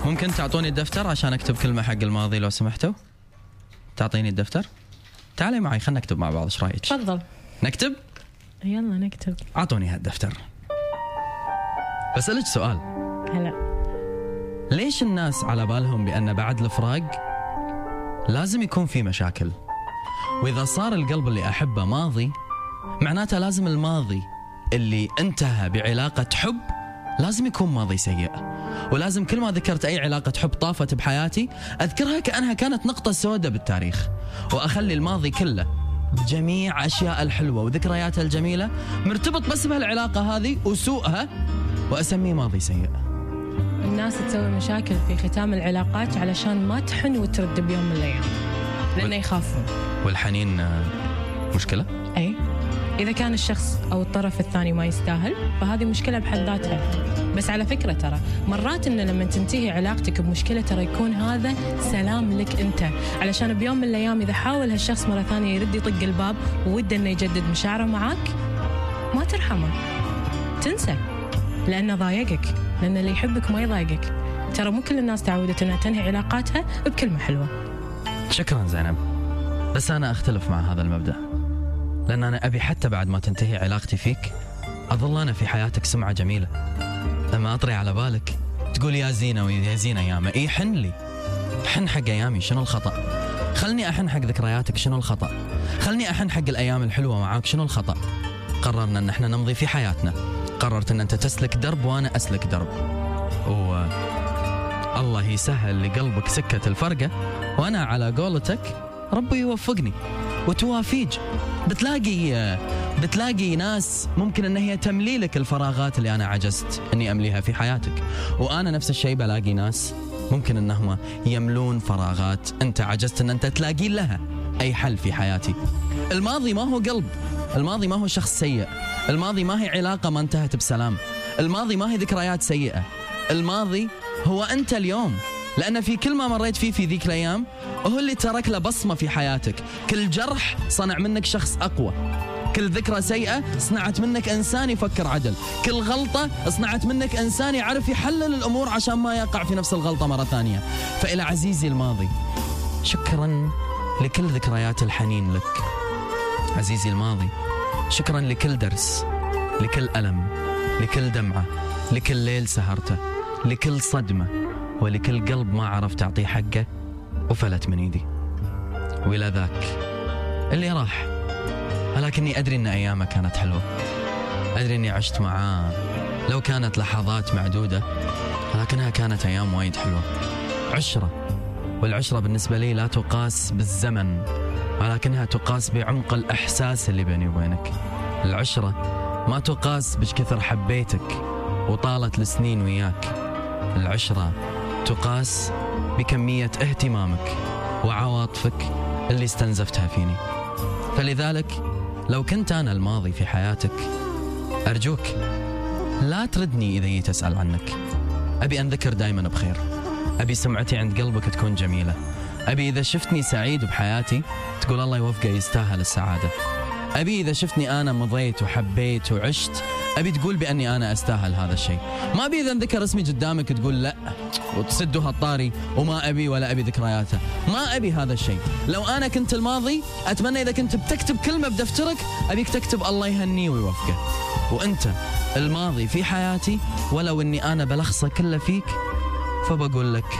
ممكن تعطوني الدفتر عشان أكتب كلمة حق الماضي لو سمحتوا؟ تعطيني الدفتر؟ تعالي معي خلنا نكتب مع بعض، ايش رايك؟ تفضل. نكتب؟ يلا نكتب. اعطوني هالدفتر. بسألك سؤال. هلا. ليش الناس على بالهم بأن بعد الفراق لازم يكون في مشاكل؟ وإذا صار القلب اللي أحبه ماضي معناته لازم الماضي اللي انتهى بعلاقة حب لازم يكون ماضي سيء، ولازم كل ما ذكرت أي علاقة حب طافت بحياتي أذكرها كأنها كانت نقطة سوداء بالتاريخ، وأخلي الماضي كله جميع أشياء الحلوة وذكرياتها الجميلة مرتبط بس بهالعلاقة هذه وسوءها وأسميه ماضي سيء. الناس تسوي مشاكل في ختام العلاقات علشان ما تحن وترد بيوم من الأيام، لأنه يخافون. والحنين مشكلة؟ أي، إذا كان الشخص أو الطرف الثاني ما يستاهل فهذه مشكلة بحد ذاتها. بس على فكرة ترى مرات إنه لما تنتهي علاقتك بمشكلة ترى يكون هذا سلام لك أنت، علشان بيوم من الأيام إذا حاول هالشخص مرة ثانية يرد يطق الباب ووده إنه يجدد مشاعره معاك ما ترحمه، تنسى لأنه ضايقك، لأن اللي يحبك ما يضايقك. ترى مو كل الناس تعودت إنها تنهي علاقاتها بكلمة حلوة. شكرا زينب، بس أنا أختلف مع هذا المبدأ، لأن أنا أبي حتى بعد ما تنتهي علاقتي فيك أظل أنا في حياتك سمعة جميلة. لما أطري على بالك تقول يا زينة ويا زينة ياما، إيه حن لي، حن حق أيامي، شنو الخطأ؟ خلني أحن حق ذكرياتك، شنو الخطأ؟ خلني أحن حق الأيام الحلوة معاك، شنو الخطأ؟ قررنا أن احنا نمضي في حياتنا، قررت أن أنت تسلك درب وأنا أسلك درب، الله يسهل لقلبك سكة الفرقة، وأنا على قولتك ربي يوفقني وتوافيج. بتلاقي ناس ممكن أن هي تملي لك الفراغات اللي أنا عجزت أني أمليها في حياتك، وأنا نفس الشيء بلاقي ناس ممكن أنهم يملون فراغات أنت عجزت أن أنت تلاقي لها أي حل في حياتي. الماضي ما هو قلب، الماضي ما هو شخص سيء، الماضي ما هي علاقة ما انتهت بسلام، الماضي ما هي ذكريات سيئة، الماضي هو أنت اليوم، لأن في كل ما مريت فيه في ذيك الأيام هو اللي ترك له بصمة في حياتك. كل جرح صنع منك شخص أقوى، كل ذكرى سيئة صنعت منك إنسان يفكر عدل، كل غلطة صنعت منك إنسان يعرف يحلل الأمور عشان ما يقع في نفس الغلطة مرة ثانية. فإلى عزيزي الماضي، شكرا لكل ذكريات الحنين لك. عزيزي الماضي، شكرا لكل درس، لكل ألم، لكل دمعة، لكل ليل سهرته، لكل صدمة، ولكل قلب ما عرفت أعطيه حقه وفلت من إيدي. وإلى ذاك اللي راح، ولكني أدري أن أيامه كانت حلوة، أدري أني عشت معاه لو كانت لحظات معدودة، ولكنها كانت أيام وايد حلوة. عشرة، والعشرة بالنسبة لي لا تقاس بالزمن، ولكنها تقاس بعمق الإحساس اللي بيني وبينك. العشرة ما تقاس بش كثر حبيتك وطالت السنين وياك، العشرة تقاس بكمية اهتمامك وعواطفك اللي استنزفتها فيني. فلذلك لو كنت أنا الماضي في حياتك أرجوك لا تردني إذا تسأل عنك. أبي أنذكر دايما بخير، أبي سمعتي عند قلبك تكون جميلة، أبي إذا شفتني سعيد بحياتي تقول الله يوفقه يستاهل السعادة، أبي إذا شفتني أنا مضيت وحبيت وعشت أبي تقول بأني أنا أستاهل هذا الشيء. ما أبي إذا انذكر اسمي قدامك تقول لا وتسدها الطاري وما أبي ولا أبي ذكرياته، ما أبي هذا الشيء. لو أنا كنت الماضي أتمنى إذا كنت بتكتب كلمة بدفترك أبيك تكتب الله يهنيه ويوفقه. وأنت الماضي في حياتي ولو أني أنا بلخصه كله فيك، فبقول لك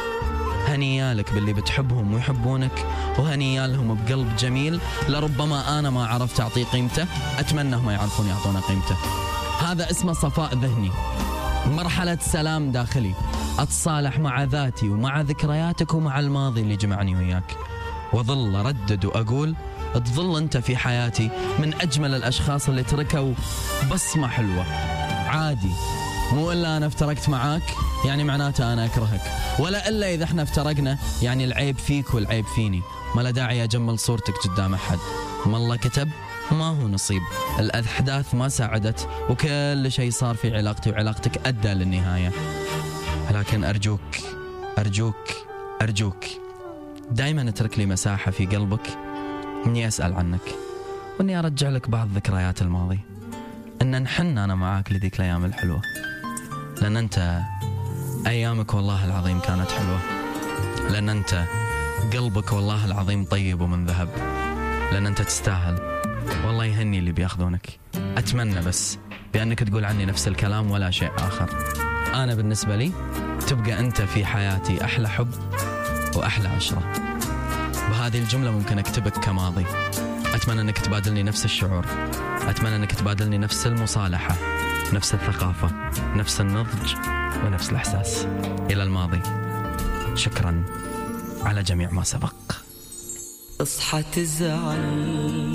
هنيالك باللي بتحبهم ويحبونك، وهنيالهم بقلب جميل لربما أنا ما عرفت أعطيه قيمته، أتمنى هم يعرفون يعطونا قيمته. هذا اسمه صفاء ذهني، مرحلة سلام داخلي، أتصالح مع ذاتي ومع ذكرياتك ومع الماضي اللي جمعني وياك، وظل أردد وأقول تظل أنت في حياتي من أجمل الأشخاص اللي تركوا بصمة حلوة. عادي، مو إلا أنا افترقت معاك يعني معناته أنا أكرهك، ولا إلا إذا احنا افترقنا يعني العيب فيك والعيب فيني. ما لا داعي أجمل صورتك قدام أحد، ما الله كتب ما هو نصيب. الأحداث ما ساعدت وكل شيء صار في علاقتي وعلاقتك أدى للنهاية. لكن أرجوك أرجوك أرجوك دايما اترك لي مساحة في قلبك إني أسأل عنك، وإني أرجع لك بعض ذكريات الماضي، إن نحن أنا معاك لذيك الأيام الحلوة، لأن أنت أيامك والله العظيم كانت حلوة، لأن أنت قلبك والله العظيم طيب ومن ذهب، لأن أنت تستاهل. والله يهني اللي بياخذونك. أتمنى بس بأنك تقول عني نفس الكلام ولا شيء آخر. أنا بالنسبة لي تبقى أنت في حياتي أحلى حب وأحلى عشرة. وهذه الجملة ممكن أكتبك كماضي. أتمنى أنك تبادلني نفس الشعور، أتمنى أنك تبادلني نفس المصالحة، نفس الثقافة، نفس النضج ونفس الإحساس. إلى الماضي، شكرا على جميع ما سبق. اصحى تزعل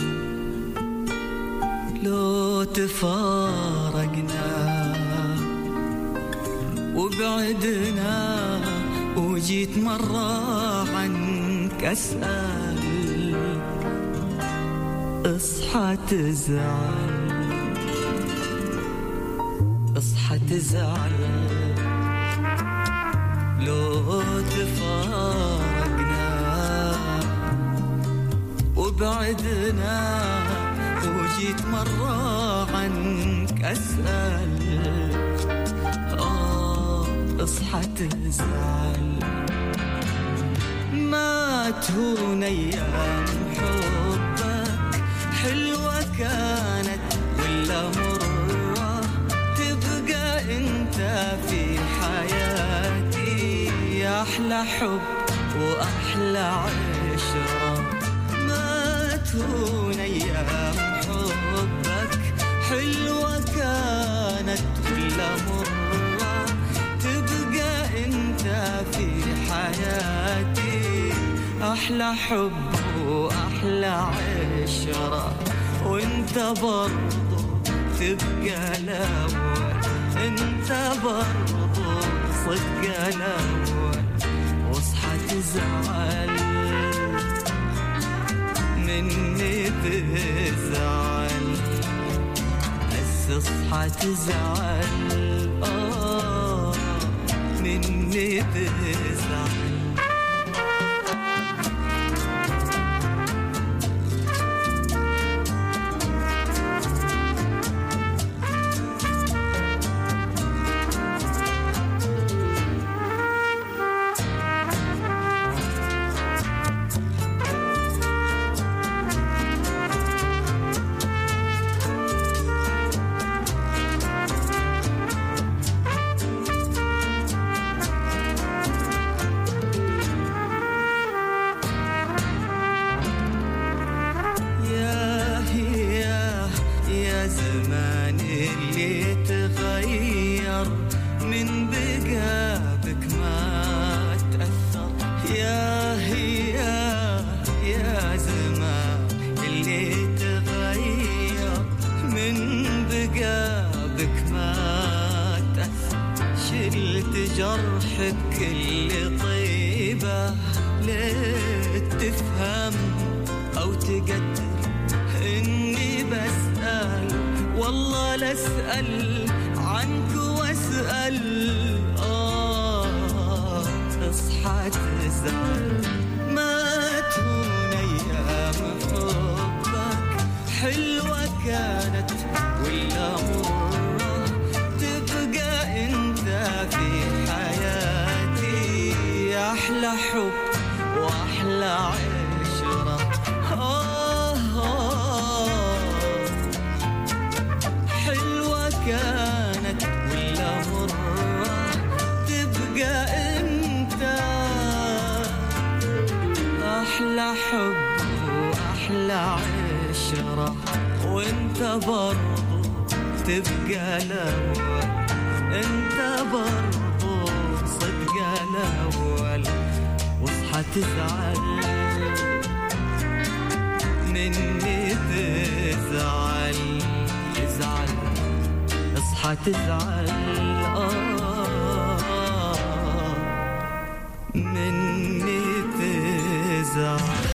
لو تفارقنا وبعدنا وجيت مرة عنك أسأل. اصحى تزعل، اصحى تزعل لو تفارقنا وبعدنا وجيت مرة عنك أسأل. اصحى تزعل، ما تهون أيام حبك، حلوة كانت ولا مرة، تبقى انت في حياتي أحلى حب وأحلى عشرة. ما تهون أيام حبك، حلوة كانت ولا مرة، تبقى انت في حياتي أحلى حب وأحلى عشرة. وانت برضو تبقى الأول، انت برضو صدق الأول. واصحى تزعل مني تزعل، بس اصحى تزعل مني تزعل. زمان اللي تغير من بقابك ما تأثر، يا زمان اللي تغير من بقابك ما تأثر. شلت جرحك كل طيبة ليه تفهم أو تقدر إني بسأل، والله لأسأل عنك واسأل. اصحى تزعل، ما تهون أيام حبك، حلوة كانت ولا مرة، تبقى انت في حياتي أحلى حب وأحلى عشرة. حلوة كانت ولا مرة، تبقى انت أحلى حب وأحلى عشرة. وانت برضو تبقى الأول، انت برضو صدق الأول. واصحى تزعل مني تزعل، اصحى تزعل مني تزعل.